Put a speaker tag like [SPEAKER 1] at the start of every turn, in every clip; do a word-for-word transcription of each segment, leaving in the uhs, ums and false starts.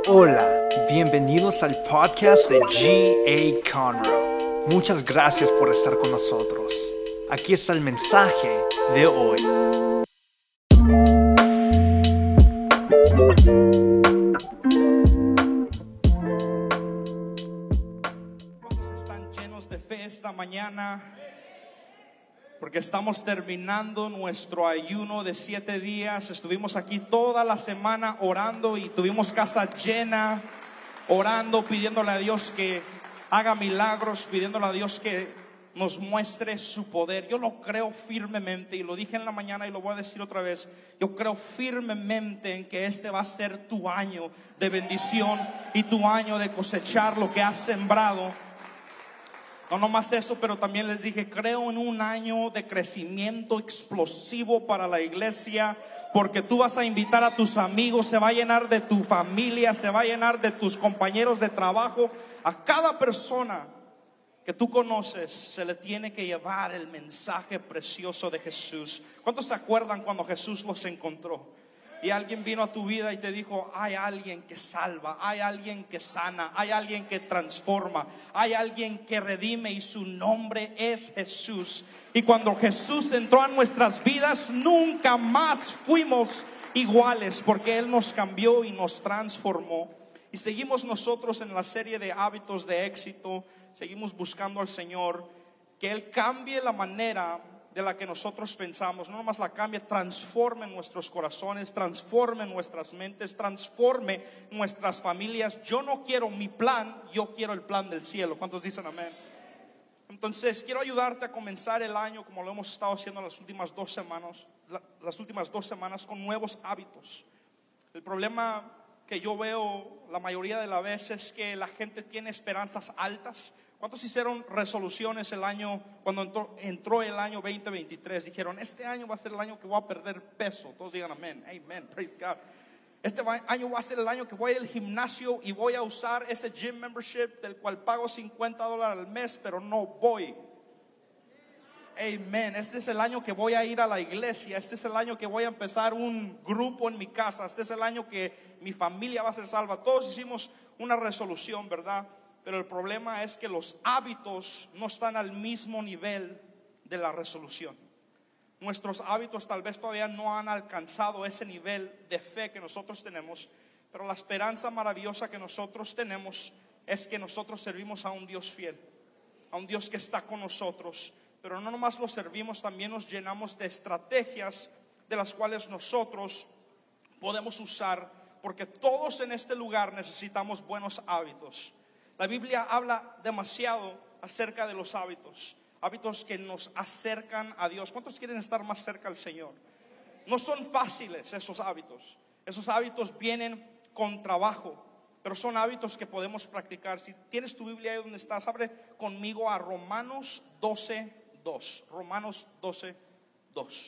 [SPEAKER 1] Hola, bienvenidos al podcast de G A Conroe. Muchas gracias por estar con nosotros. Aquí está el mensaje de hoy.
[SPEAKER 2] ¿Cuántos están llenos de fe esta mañana? Porque estamos terminando nuestro ayuno de siete días. Estuvimos aquí toda la semana orando y tuvimos casa llena, orando, pidiéndole a Dios que haga milagros, pidiéndole a Dios que nos muestre su poder. Yo lo creo firmemente, y lo dije en la mañana y lo voy a decir otra vez. Yo creo firmemente en que este va a ser tu año de bendición y tu año de cosechar lo que has sembrado. No nomás eso, pero también les dije, creo en un año de crecimiento explosivo para la iglesia, porque tú vas a invitar a tus amigos, se va a llenar de tu familia, se va a llenar de tus compañeros de trabajo. A cada persona que tú conoces se le tiene que llevar el mensaje precioso de Jesús. ¿Cuántos se acuerdan cuando Jesús los encontró? Y alguien vino a tu vida y te dijo: hay alguien que salva, hay alguien que sana, hay alguien que transforma, hay alguien que redime, y su nombre es Jesús. Y cuando Jesús entró a nuestras vidas, nunca más fuimos iguales, porque Él nos cambió y nos transformó. Y seguimos nosotros en la serie de hábitos de éxito. Seguimos buscando al Señor, que Él cambie la manera de la que nosotros pensamos. No nomás la cambie, transforme nuestros corazones, transforme nuestras mentes, transforme nuestras familias. Yo no quiero mi plan, yo quiero el plan del cielo. ¿Cuántos dicen amén? Entonces quiero ayudarte a comenzar el año, como lo hemos estado haciendo las últimas dos semanas, las últimas dos semanas con nuevos hábitos. El problema que yo veo la mayoría de las veces es que la gente tiene esperanzas altas. ¿Cuántos hicieron resoluciones el año, cuando entró, entró el año veinte veintitrés? Dijeron: este año va a ser el año que voy a perder peso. Todos digan amén, amen, praise God. Este año va a ser el año que voy a ir al gimnasio y voy a usar ese gym membership del cual pago cincuenta dólares al mes, pero no voy. Amen. Este es el año que voy a ir a la iglesia. Este es el año que voy a empezar un grupo en mi casa. Este es el año que mi familia va a ser salva. Todos hicimos una resolución, ¿verdad? Pero el problema es que los hábitos no están al mismo nivel de la resolución. Nuestros hábitos tal vez todavía no han alcanzado ese nivel de fe que nosotros tenemos, pero la esperanza maravillosa que nosotros tenemos es que nosotros servimos a un Dios fiel, a un Dios que está con nosotros. Pero no nomás lo servimos, también nos llenamos de estrategias de las cuales nosotros podemos usar, porque todos en este lugar necesitamos buenos hábitos. La Biblia habla demasiado acerca de los hábitos, hábitos que nos acercan a Dios. ¿Cuántos quieren estar más cerca al Señor? No son fáciles esos hábitos. Esos hábitos vienen con trabajo, pero son hábitos que podemos practicar. Si tienes tu Biblia ahí donde estás, abre conmigo a Romanos doce dos. Romanos doce dos.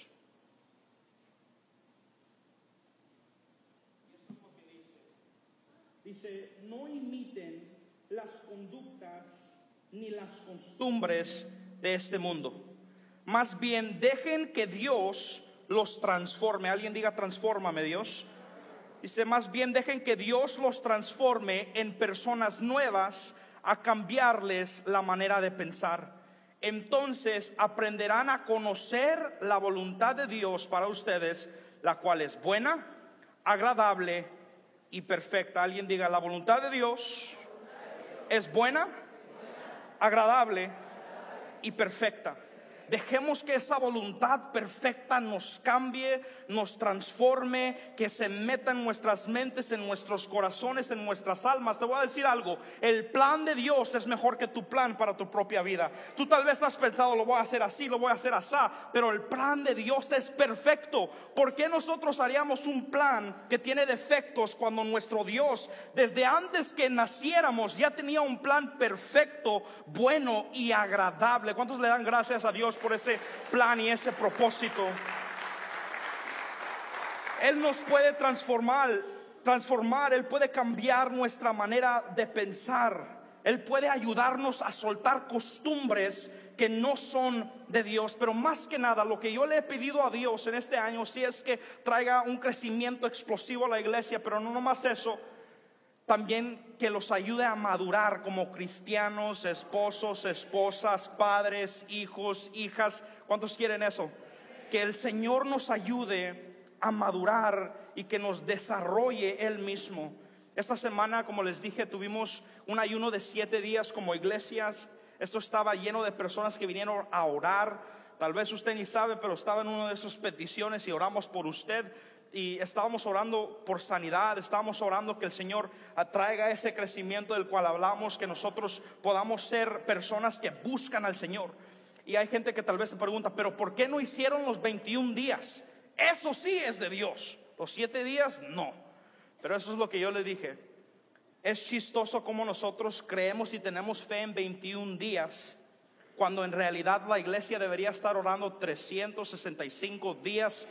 [SPEAKER 2] Y eso es lo que dice. Dice: no imiten las conductas ni las costumbres de este mundo. Más bien dejen que Dios los transforme. Alguien diga: transfórmame, Dios. Dice: más bien dejen que Dios los transforme en personas nuevas, a cambiarles la manera de pensar. Entonces aprenderán a conocer la voluntad de Dios para ustedes, la cual es buena, agradable y perfecta. Alguien diga: la voluntad de Dios es buena, agradable y perfecta. Dejemos que esa voluntad perfecta nos cambie, nos transforme, que se meta en nuestras mentes, en nuestros corazones, en nuestras almas. Te voy a decir algo: el plan de Dios es mejor que tu plan para tu propia vida. Tú tal vez has pensado: lo voy a hacer así, lo voy a hacer así, pero el plan de Dios es perfecto. ¿Por qué nosotros haríamos un plan que tiene defectos cuando nuestro Dios, desde antes que naciéramos, ya tenía un plan perfecto, bueno y agradable? ¿Cuántos le dan gracias a Dios por ese plan y ese propósito? Él nos puede transformar, transformar, Él puede cambiar nuestra manera de pensar. Él puede ayudarnos a soltar costumbres que no son de Dios. Pero más que nada, lo que yo le he pedido a Dios en este año, si es que traiga un crecimiento explosivo a la iglesia, pero no nomás eso, También que los ayude a madurar como cristianos, esposos, esposas, padres, hijos, hijas. ¿Cuántos quieren eso? Que el Señor nos ayude a madurar y que nos desarrolle Él mismo. Esta semana, como les dije, tuvimos un ayuno de siete días como iglesias. Esto estaba lleno de personas que vinieron a orar. Tal vez usted ni sabe, pero estaba en una de esas peticiones y oramos por usted. Y estábamos orando por sanidad, estábamos orando que el Señor atraiga ese crecimiento del cual hablamos, que nosotros podamos ser personas que buscan al Señor. Y hay gente que tal vez se pregunta, pero ¿por qué no hicieron los veintiún días? Eso sí es de Dios. Los siete días, no. Pero eso es lo que yo le dije. Es chistoso como nosotros creemos y tenemos fe en veintiún días, cuando en realidad la iglesia debería estar orando trescientos sesenta y cinco días.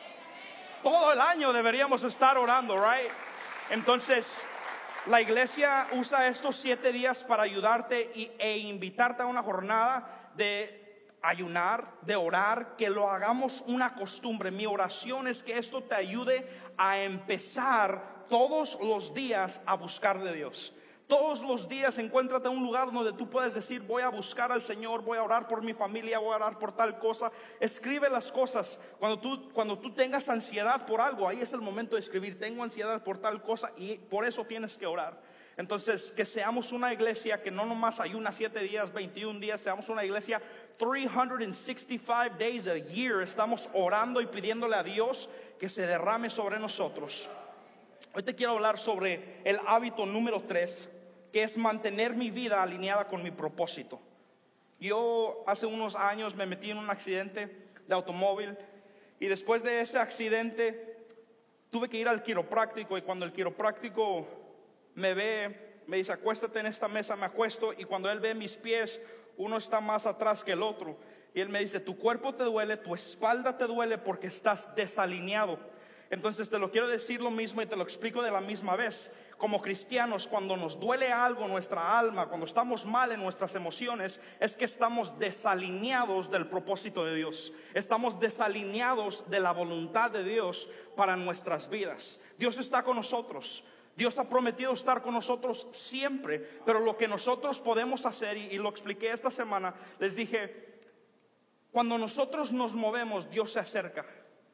[SPEAKER 2] Todo el año deberíamos estar orando, right? Entonces, la iglesia usa estos siete días para ayudarte y, e invitarte a una jornada de ayunar, de orar, que lo hagamos una costumbre. Mi oración es que esto te ayude a empezar todos los días a buscar de Dios. Todos los días encuéntrate un lugar donde tú puedes decir, voy a buscar al Señor, voy a orar por mi familia, voy a orar por tal cosa. Escribe las cosas. Cuando tú, cuando tú tengas ansiedad por algo, ahí es el momento de escribir, tengo ansiedad por tal cosa, y por eso tienes que orar. Entonces, que seamos una iglesia que no nomás ayuna siete días, veintiún días, seamos una iglesia trescientos sesenta y cinco days a year. Estamos orando y pidiéndole a Dios que se derrame sobre nosotros. Hoy te quiero hablar sobre el hábito número tres, que es mantener mi vida alineada con mi propósito. Yo hace unos años me metí en un accidente de automóvil, y después de ese accidente tuve que ir al quiropráctico, y cuando el quiropráctico me ve, me dice, acuéstate en esta mesa, me acuesto, y cuando él ve mis pies, uno está más atrás que el otro, y él me dice, tu cuerpo te duele, tu espalda te duele porque estás desalineado. Entonces te lo quiero decir lo mismo y te lo explico de la misma vez. Como cristianos, cuando nos duele algo, nuestra alma, cuando estamos mal en nuestras emociones, es que estamos desalineados del propósito de Dios. Estamos desalineados de la voluntad de Dios para nuestras vidas. Dios está con nosotros. Dios ha prometido estar con nosotros siempre. Pero lo que nosotros podemos hacer, y, y lo expliqué esta semana, les dije, cuando nosotros nos movemos, Dios se acerca.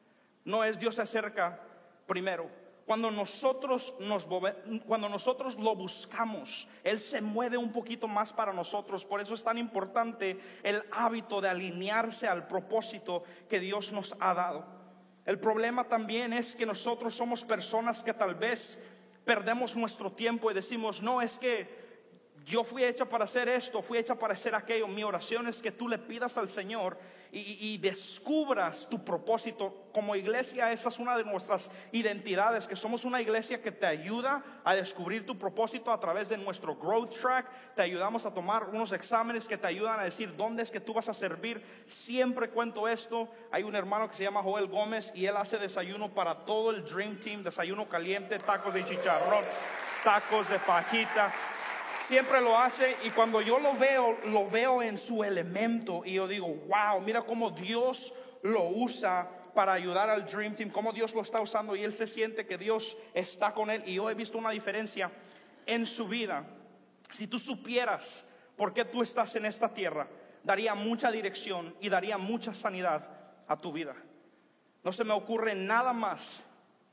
[SPEAKER 2] No es Dios se acerca primero. Cuando nosotros nos cuando nosotros lo buscamos, Él se mueve un poquito más para nosotros. Por eso es tan importante el hábito de alinearse al propósito que Dios nos ha dado. El problema también es que nosotros somos personas que tal vez perdemos nuestro tiempo y decimos, no, es que yo fui hecha para hacer esto, fui hecha para hacer aquello. Mi oración es que tú le pidas al Señor y, y, y descubras tu propósito. Como iglesia, esa es una de nuestras identidades, que somos una iglesia que te ayuda a descubrir tu propósito a través de nuestro Growth Track. Te ayudamos a tomar unos exámenes que te ayudan a decir dónde es que tú vas a servir. Siempre cuento esto. Hay un hermano que se llama Joel Gómez y él hace desayuno para todo el Dream Team. Desayuno caliente, tacos de chicharrón, tacos de fajita. Siempre lo hace, y cuando yo lo veo, lo veo en su elemento, y yo digo, wow, mira cómo Dios lo usa para ayudar al Dream Team, cómo Dios lo está usando, y él se siente que Dios está con él. Y yo he visto una diferencia en su vida. Si tú supieras por qué tú estás en esta tierra, daría mucha dirección y daría mucha sanidad a tu vida. No se me ocurre nada más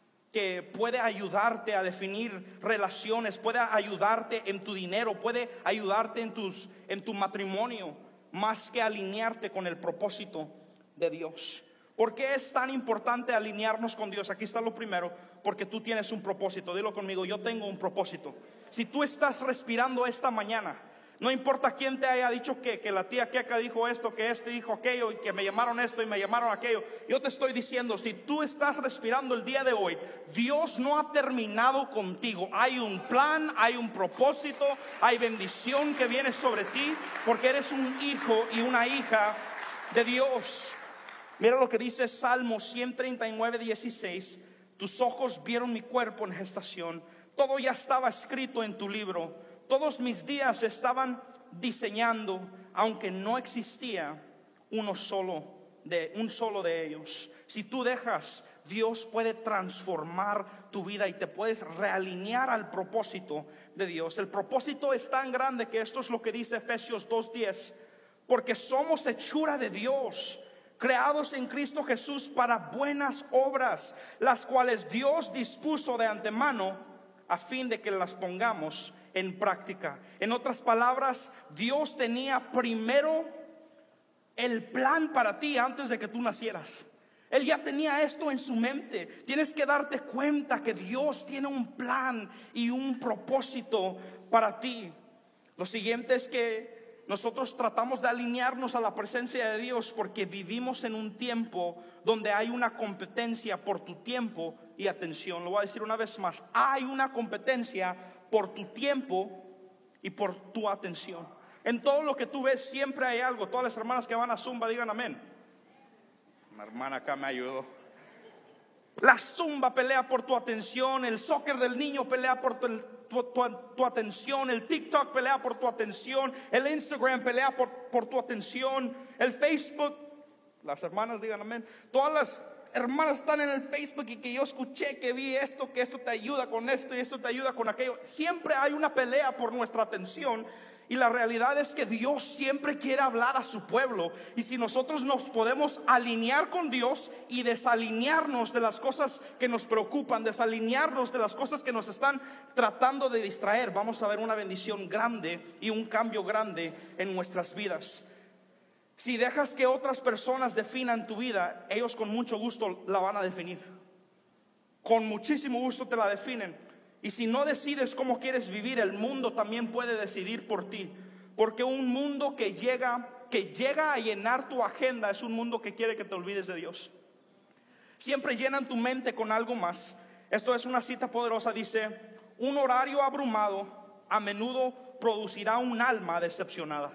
[SPEAKER 2] que puede ayudarte a definir relaciones, puede ayudarte en tu dinero, puede ayudarte en, tus, en tu matrimonio, más que alinearte con el propósito de Dios. ¿Por qué es tan importante alinearnos con Dios? Aquí está lo primero, porque tú tienes un propósito. Dilo conmigo, yo tengo un propósito. Si tú estás respirando esta mañana, no importa quién te haya dicho que, que la tía Keka dijo esto, que este dijo aquello, y que me llamaron esto y me llamaron aquello. Yo te estoy diciendo, si tú estás respirando el día de hoy, Dios no ha terminado contigo. Hay un plan, hay un propósito, hay bendición que viene sobre ti, porque eres un hijo y una hija de Dios. Mira lo que dice Salmo ciento treinta y nueve, dieciséis. Tus ojos vieron mi cuerpo en gestación. Todo ya estaba escrito en tu libro. Todos mis días estaban diseñando, aunque no existía uno solo de, un solo de ellos. Si tú dejas Dios puede transformar tu vida y te puedes realinear al propósito de Dios. El propósito es tan grande que esto es lo que dice Efesios dos diez: porque somos hechura de Dios, creados en Cristo Jesús para buenas obras, las cuales Dios dispuso de antemano a fin de que las pongamos en práctica. En otras palabras, Dios tenía primero el plan para ti antes de que tú nacieras. Él ya tenía esto en su mente. Tienes que darte cuenta que Dios tiene un plan y un propósito para ti. Lo siguiente es que nosotros tratamos de alinearnos a la presencia de Dios porque vivimos en un tiempo donde hay una competencia por tu tiempo y atención. Lo voy a decir una vez más: hay una competencia por tu tiempo y por tu atención. En todo lo que tú ves siempre hay algo. Todas las hermanas que van a Zumba digan amén. Una hermana acá me ayudó. La Zumba pelea por tu atención, el soccer del niño pelea por tu, tu, tu, tu atención, el TikTok pelea por tu atención, el Instagram pelea por, por tu atención, el Facebook. Las hermanas digan amén. Todas las hermanas están en el Facebook y que yo escuché, que vi esto, que esto te ayuda con esto y esto te ayuda con aquello. Siempre hay una pelea por nuestra atención. Y la realidad es que Dios siempre quiere hablar a su pueblo. Y si nosotros nos podemos alinear con Dios y desalinearnos de las cosas que nos preocupan, desalinearnos de las cosas que nos están tratando de distraer, vamos a ver una bendición grande y un cambio grande en nuestras vidas. Si dejas que otras personas definan tu vida, ellos con mucho gusto la van a definir. Con muchísimo gusto te la definen. Y si no decides cómo quieres vivir, el mundo también puede decidir por ti. Porque un mundo que llega, que llega a llenar tu agenda es un mundo que quiere que te olvides de Dios. Siempre llenan tu mente con algo más. Esto es una cita poderosa, dice: un horario abrumado a menudo producirá un alma decepcionada.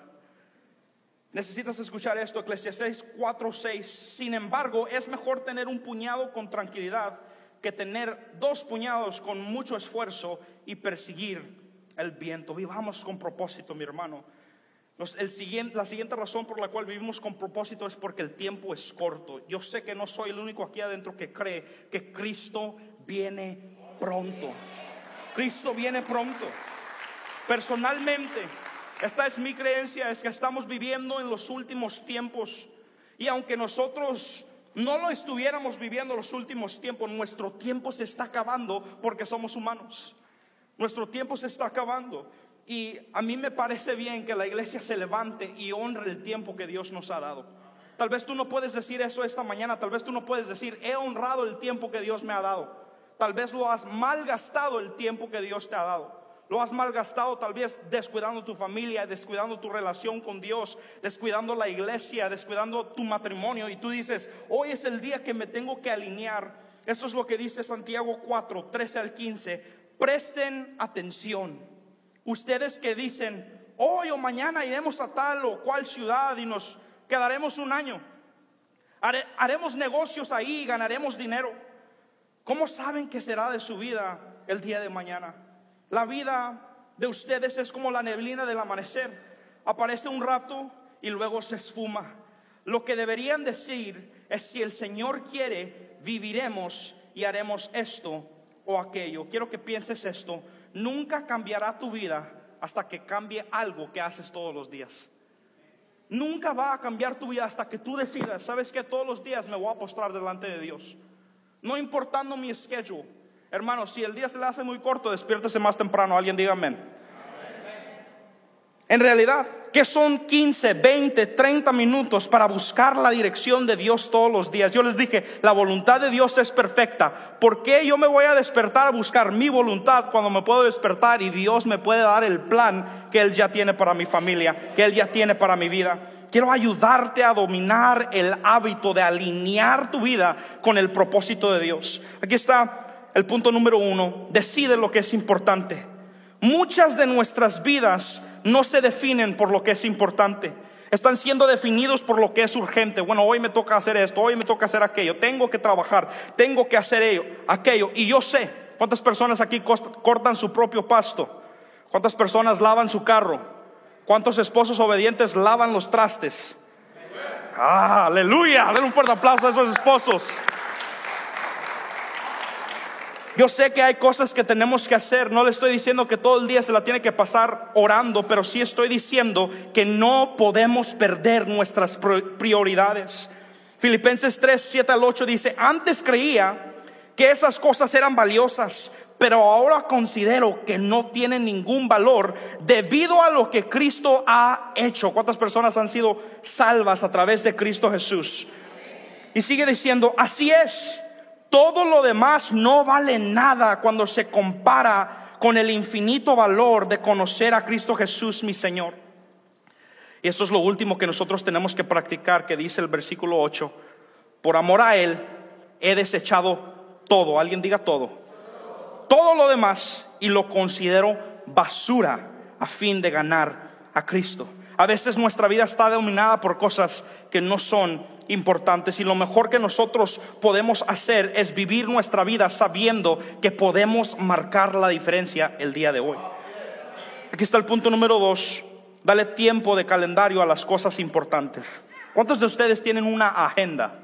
[SPEAKER 2] Necesitas escuchar esto, Eclesiastés cuatro seis. Sin embargo, es mejor tener un puñado con tranquilidad que tener dos puñados con mucho esfuerzo y perseguir el viento. Vivamos con propósito, mi hermano. Los, el siguiente, la siguiente razón por la cual vivimos con propósito es porque el tiempo es corto. Yo sé que no soy el único aquí adentro que cree que Cristo viene pronto. Cristo viene pronto. Personalmente, esta es mi creencia, es que estamos viviendo en los últimos tiempos. Y aunque nosotros no lo estuviéramos viviendo los últimos tiempos, nuestro tiempo se está acabando porque somos humanos. Nuestro tiempo se está acabando. Y a mí me parece bien que la iglesia se levante y honre el tiempo que Dios nos ha dado. Tal vez tú no puedes decir eso esta mañana. Tal vez tú no puedes decir: he honrado el tiempo que Dios me ha dado. Tal vez lo has malgastado, el tiempo que Dios te ha dado. Lo has malgastado tal vez descuidando tu familia, descuidando tu relación con Dios, descuidando la iglesia, descuidando tu matrimonio. Y tú dices: hoy es el día que me tengo que alinear. Esto es lo que dice Santiago cuatro, trece al quince. Presten atención. Ustedes que dicen: hoy o mañana iremos a tal o cual ciudad y nos quedaremos un año. Hare, haremos negocios ahí y ganaremos dinero. ¿Cómo saben qué será de su vida el día de mañana? La vida de ustedes es como la neblina del amanecer. Aparece un rato y luego se esfuma. Lo que deberían decir es: si el Señor quiere, viviremos y haremos esto o aquello. Quiero que pienses esto: nunca cambiará tu vida hasta que cambie algo que haces todos los días. Nunca va a cambiar tu vida hasta que tú decidas: sabes que todos los días me voy a postrar delante de Dios, no importando mi schedule. Hermano, si el día se le hace muy corto, despiértese más temprano. Alguien diga amén. En realidad, ¿qué son quince, veinte, treinta minutos para buscar la dirección de Dios todos los días? Yo les dije, la voluntad de Dios es perfecta. ¿Por qué yo me voy a despertar a buscar mi voluntad cuando me puedo despertar y Dios me puede dar el plan que Él ya tiene para mi familia, que Él ya tiene para mi vida? Quiero ayudarte a dominar el hábito de alinear tu vida con el propósito de Dios. Aquí está el punto número uno: decide lo que es importante. Muchas de nuestras vidas no se definen por lo que es importante. Están siendo definidos por lo que es urgente. Bueno, hoy me toca hacer esto, hoy me toca hacer aquello. Tengo que trabajar, tengo que hacer ello, aquello. Y yo sé cuántas personas aquí cortan su propio pasto. Cuántas personas lavan su carro. Cuántos esposos obedientes lavan los trastes. Ah, aleluya. Denle un fuerte aplauso a esos esposos. Yo sé que hay cosas que tenemos que hacer. No le estoy diciendo que todo el día se la tiene que pasar orando, pero sí estoy diciendo que no podemos perder nuestras prioridades. Filipenses tres, siete al ocho dice: antes creía que esas cosas eran valiosas, pero ahora considero que no tienen ningún valor debido a lo que Cristo ha hecho. ¿Cuántas personas han sido salvas a través de Cristo Jesús? Y sigue diciendo: así es, todo lo demás no vale nada cuando se compara con el infinito valor de conocer a Cristo Jesús, mi Señor. Y eso es lo último que nosotros tenemos que practicar, que dice el versículo ocho: por amor a Él he desechado todo. Alguien diga todo. Todo lo demás, y lo considero basura a fin de ganar a Cristo. A veces nuestra vida está dominada por cosas que no son importantes, y lo mejor que nosotros podemos hacer es vivir nuestra vida sabiendo que podemos marcar la diferencia el día de hoy. Aquí está el punto número dos: dale tiempo de calendario a las cosas importantes. ¿Cuántos de ustedes tienen una agenda?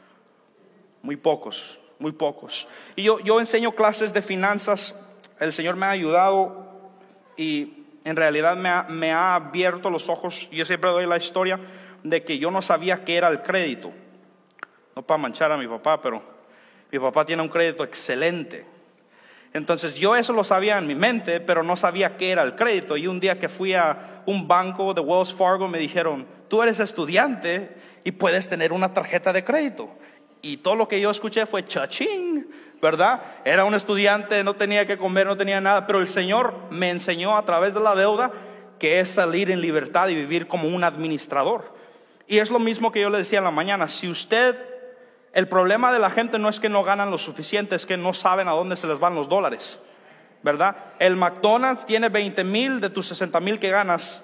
[SPEAKER 2] Muy pocos, muy pocos. Y yo, yo enseño clases de finanzas. El Señor me ha ayudado y en realidad me ha, me ha abierto los ojos. Yo siempre doy la historia de que yo no sabía qué era el crédito. No para manchar a mi papá, pero mi papá tiene un crédito excelente. Entonces yo eso lo sabía en mi mente, pero no sabía qué era el crédito. Y un día que fui a un banco de Wells Fargo, me dijeron: tú eres estudiante y puedes tener una tarjeta de crédito. Y todo lo que yo escuché fue chachín, ¿verdad? Era un estudiante, no tenía que comer, no tenía nada, pero el Señor me enseñó a través de la deuda que es salir en libertad y vivir como un administrador. Y es lo mismo que yo le decía en la mañana: si usted, el problema de la gente no es que no ganan lo suficiente, es que no saben a dónde se les van los dólares, ¿verdad? El McDonald's tiene veinte mil de tus sesenta mil que ganas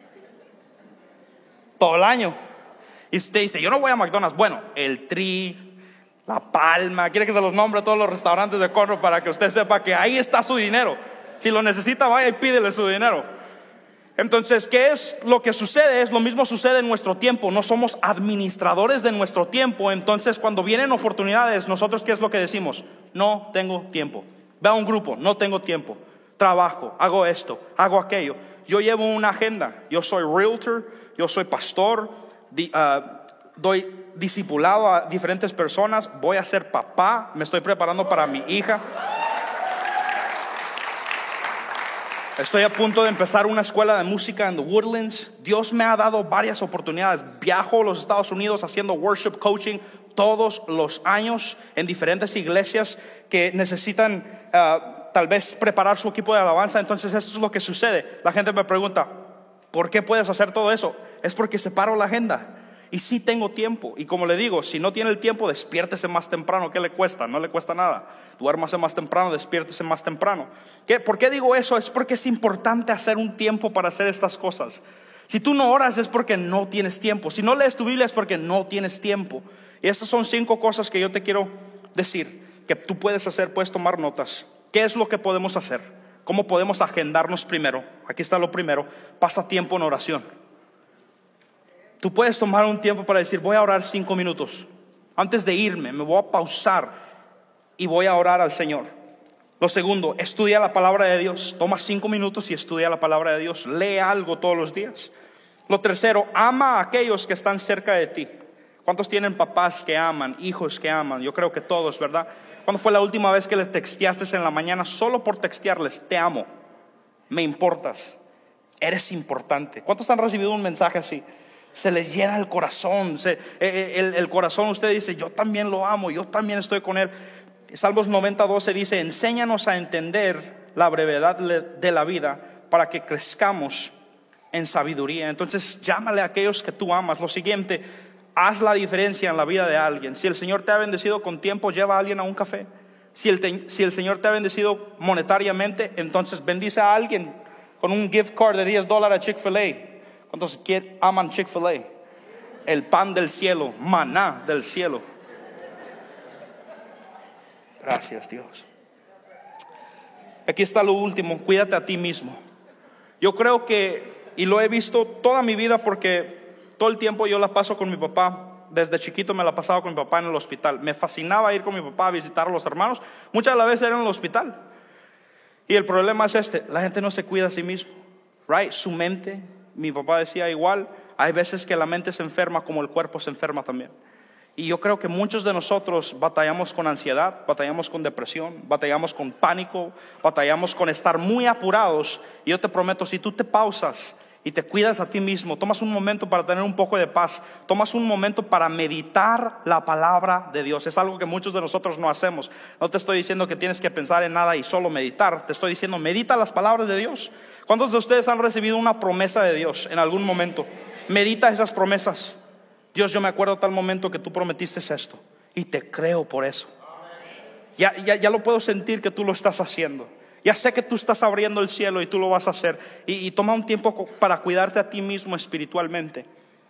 [SPEAKER 2] todo el año. Y usted dice: yo no voy a McDonald's. Bueno, el Tri, La Palma, quiere que se los nombre a todos los restaurantes de Conroe para que usted sepa que ahí está su dinero. Si lo necesita, vaya y pídele su dinero. Entonces, ¿qué es lo que sucede? Es lo mismo sucede en nuestro tiempo. No somos administradores de nuestro tiempo. Entonces, cuando vienen oportunidades, nosotros ¿qué es lo que decimos? No tengo tiempo. Ve a un grupo: no tengo tiempo. Trabajo, hago esto, hago aquello. Yo llevo una agenda. Yo soy realtor, yo soy pastor, di, uh, doy discipulado a diferentes personas. Voy a ser papá, me estoy preparando para mi hija. Estoy a punto de empezar una escuela de música en The Woodlands. Dios me ha dado varias oportunidades. Viajo a los Estados Unidos haciendo worship coaching todos los años en diferentes iglesias que necesitan uh, tal vez preparar su equipo de alabanza. Entonces eso es lo que sucede. La gente me pregunta: ¿por qué puedes hacer todo eso? Es porque separo la agenda. Y sí tengo tiempo. Y como le digo, si no tiene el tiempo, despiértese más temprano. ¿Qué le cuesta? No le cuesta nada. Duérmase más temprano, despiértese más temprano. ¿Qué? ¿Por qué digo eso? Es porque es importante hacer un tiempo para hacer estas cosas. Si tú no oras es porque no tienes tiempo. Si no lees tu Biblia es porque no tienes tiempo. Y estas son cinco cosas que yo te quiero decir que tú puedes hacer, puedes tomar notas. ¿Qué es lo que podemos hacer? ¿Cómo podemos agendarnos primero? Aquí está lo primero: pasa tiempo en oración. Tú puedes tomar un tiempo para decir: voy a orar cinco minutos. Antes de irme, me voy a pausar y voy a orar al Señor. Lo segundo: estudia la palabra de Dios. Toma cinco minutos y estudia la palabra de Dios. Lee algo todos los días. Lo tercero: ama a aquellos que están cerca de ti. ¿Cuántos tienen papás que aman, hijos que aman? Yo creo que todos, ¿verdad? ¿Cuándo fue la última vez que les texteaste en la mañana solo por textearles? Te amo, me importas, eres importante. ¿Cuántos han recibido un mensaje así? Se les llena el corazón. Se, el, el corazón, usted dice: yo también lo amo, yo también estoy con él. Salmos noventa doce dice: enséñanos a entender la brevedad de la vida para que crezcamos en sabiduría. Entonces llámale a aquellos que tú amas. Lo siguiente: haz la diferencia en la vida de alguien. Si el Señor te ha bendecido con tiempo, lleva a alguien a un café. Si el, te, si el Señor te ha bendecido monetariamente, entonces bendice a alguien con un gift card de diez dólares a Chick-fil-A. ¿Cuántos aman Chick-fil-A? El pan del cielo, maná del cielo. Gracias, Dios. Aquí está lo último: cuídate a ti mismo. Yo creo que, y lo he visto toda mi vida porque todo el tiempo yo la paso con mi papá, desde chiquito me la pasaba con mi papá en el hospital. Me fascinaba ir con mi papá a visitar a los hermanos. Muchas de las veces era en el hospital. Y el problema es este: la gente no se cuida a sí mismo, right? Su mente, mi papá decía igual, hay veces que la mente se enferma como el cuerpo se enferma también. Y yo creo que muchos de nosotros batallamos con ansiedad, batallamos con depresión, batallamos con pánico, batallamos con estar muy apurados. Y yo te prometo, si tú te pausas y te cuidas a ti mismo, tomas un momento para tener un poco de paz, tomas un momento para meditar la palabra de Dios. Es algo que muchos de nosotros no hacemos. No te estoy diciendo que tienes que pensar en nada y solo meditar. Te estoy diciendo, medita las palabras de Dios. ¿Cuántos de ustedes han recibido una promesa de Dios en algún momento? Medita esas promesas. Dios, yo me acuerdo tal momento que tú prometiste esto y te creo por eso. Ya, ya, ya lo puedo sentir que tú lo estás haciendo. Ya sé que tú estás abriendo el cielo y tú lo vas a hacer. Y, y toma un tiempo para cuidarte a ti mismo espiritualmente.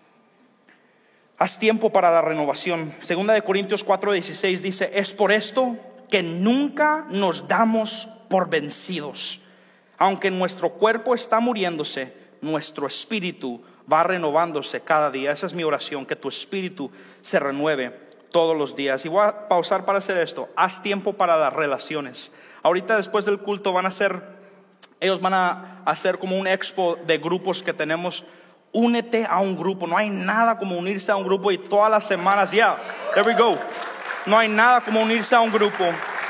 [SPEAKER 2] Haz tiempo para la renovación. Segunda de Corintios cuatro dieciséis dice: es por esto que nunca nos damos por vencidos. Aunque nuestro cuerpo está muriéndose, nuestro espíritu va renovándose cada día. Esa es mi oración, que tu espíritu se renueve todos los días. Y voy a pausar para hacer esto. Haz tiempo para las relaciones. Ahorita después del culto van a hacer, ellos van a hacer como un expo de grupos que tenemos. Únete a un grupo. No hay nada como unirse a un grupo y todas las semanas, ya, yeah, there we go. No hay nada como unirse a un grupo.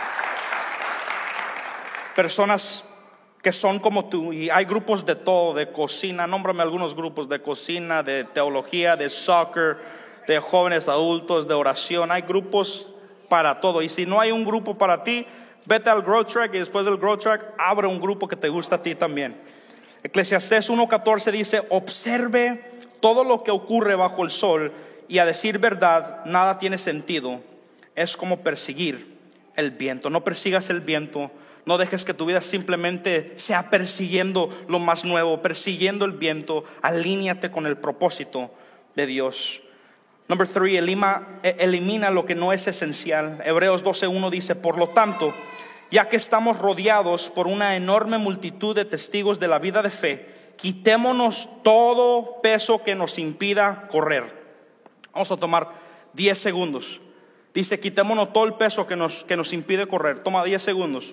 [SPEAKER 2] Personas que son como tú, y hay grupos de todo, de cocina, nómbrame algunos grupos de cocina, de teología, de soccer, de jóvenes adultos, de oración. Hay grupos para todo. Y si no hay un grupo para ti, vete al Grow Track y después del Grow Track abre un grupo que te gusta a ti también. Eclesiastés uno catorce dice: observe todo lo que ocurre bajo el sol, y a decir verdad nada tiene sentido. Es como perseguir el viento. No persigas el viento. No dejes que tu vida simplemente sea persiguiendo lo más nuevo, persiguiendo el viento. Alíñate con el propósito de Dios. Number three, elimina, elimina lo que no es esencial. Hebreos doce uno dice: por lo tanto, ya que estamos rodeados por una enorme multitud de testigos de la vida de fe, quitémonos todo peso que nos impida correr. Vamos a tomar diez segundos. Dice: quitémonos todo el peso que nos, que nos impide correr. Toma diez segundos.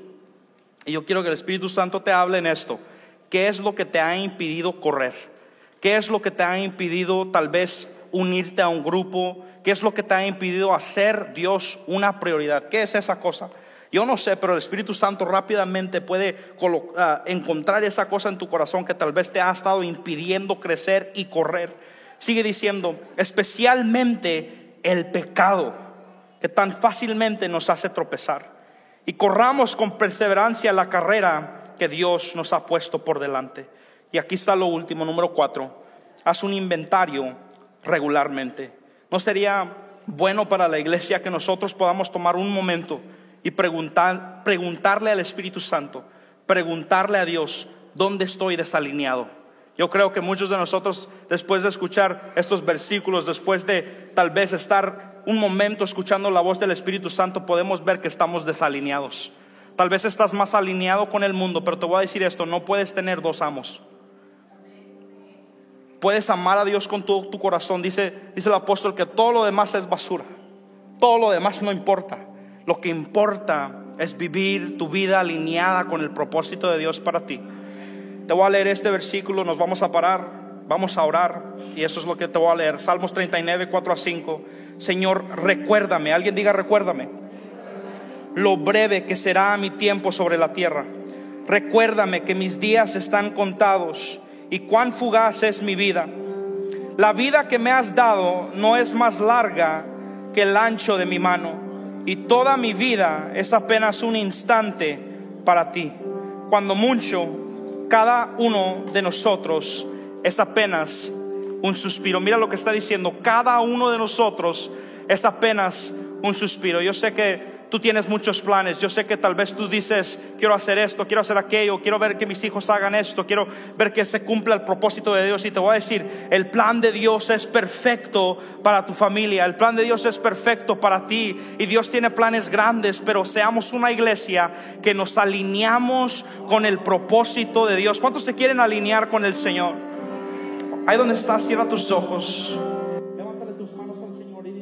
[SPEAKER 2] Y yo quiero que el Espíritu Santo te hable en esto. ¿Qué es lo que te ha impedido correr? ¿Qué es lo que te ha impedido tal vez unirte a un grupo? ¿Qué es lo que te ha impedido hacer Dios una prioridad? ¿Qué es esa cosa? Yo no sé, pero el Espíritu Santo rápidamente puede colocar, uh, encontrar esa cosa en tu corazón que tal vez te ha estado impidiendo crecer y correr. Sigue diciendo: especialmente el pecado, que tan fácilmente nos hace tropezar. Y corramos con perseverancia la carrera que Dios nos ha puesto por delante. Y aquí está lo último, número cuatro. Haz un inventario regularmente. ¿No sería bueno para la iglesia que nosotros podamos tomar un momento y preguntar, preguntarle al Espíritu Santo, preguntarle a Dios: ¿dónde estoy desalineado? Yo creo que muchos de nosotros, después de escuchar estos versículos, después de tal vez estar un momento escuchando la voz del Espíritu Santo, podemos ver que estamos desalineados. Tal vez estás más alineado con el mundo, pero te voy a decir esto: no puedes tener dos amos. Puedes amar a Dios con todo tu corazón. Dice, dice el apóstol que todo lo demás es basura. Todo lo demás no importa. Lo que importa es vivir tu vida alineada con el propósito de Dios para ti. Te voy a leer este versículo, nos vamos a parar, vamos a orar, y eso es lo que te voy a leer. Salmos treinta y nueve, cuatro a cinco. Señor, recuérdame, alguien diga recuérdame, lo breve que será mi tiempo sobre la tierra. Recuérdame que mis días están contados y cuán fugaz es mi vida. La vida que me has dado no es más larga que el ancho de mi mano, y toda mi vida es apenas un instante para ti. Cuando mucho, cada uno de nosotros es apenas un suspiro. Mira lo que está diciendo: cada uno de nosotros es apenas un suspiro. Yo sé que tú tienes muchos planes. Yo sé que tal vez tú dices: quiero hacer esto, quiero hacer aquello, quiero ver que mis hijos hagan esto, quiero ver que se cumpla el propósito de Dios. Y te voy a decir, el plan de Dios es perfecto para tu familia. El plan de Dios es perfecto para ti. Y Dios tiene planes grandes, pero seamos una iglesia que nos alineamos con el propósito de Dios. ¿Cuántos se quieren alinear con el Señor? Ahí donde estás, cierra tus ojos. Levántale tus manos al Señor y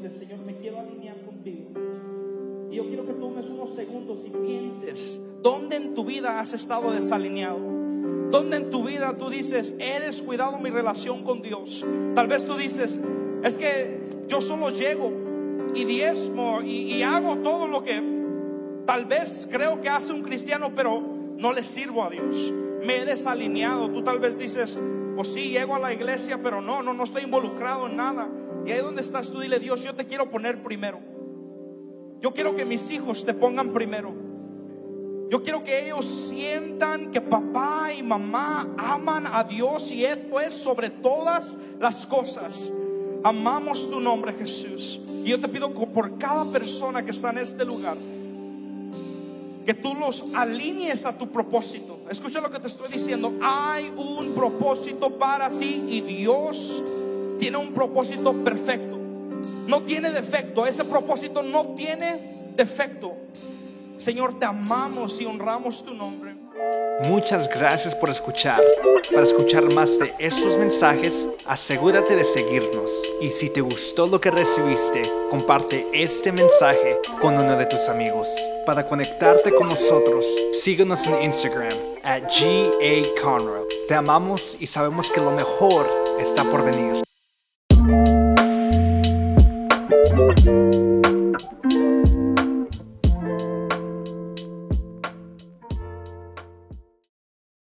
[SPEAKER 2] minutos y pienses, ¿dónde en tu vida has estado desalineado? ¿Dónde en tu vida tú dices, he descuidado mi relación con Dios? Tal vez tú dices, es que yo solo llego y diezmo y, y hago todo lo que tal vez creo que hace un cristiano, pero no le sirvo a Dios. Me he desalineado. Tú tal vez dices, pues sí, llego a la iglesia, pero no, no, no estoy involucrado en nada. Y ahí donde estás tú, dile, Dios, yo te quiero poner primero. Yo quiero que mis hijos te pongan primero. Yo quiero que ellos sientan que papá y mamá aman a Dios, y eso es sobre todas las cosas. Amamos tu nombre, Jesús. Y yo te pido por cada persona que está en este lugar, que tú los alinees a tu propósito. Escucha lo que te estoy diciendo. Hay un propósito para ti, y Dios tiene un propósito perfecto. No tiene defecto. Ese propósito no tiene defecto. Señor, te amamos y honramos tu nombre.
[SPEAKER 1] Muchas gracias por escuchar. Para escuchar más de estos mensajes, asegúrate de seguirnos. Y si te gustó lo que recibiste, comparte este mensaje con uno de tus amigos. Para conectarte con nosotros, síguenos en Instagram at G A Conroe. Te amamos y sabemos que lo mejor está por venir.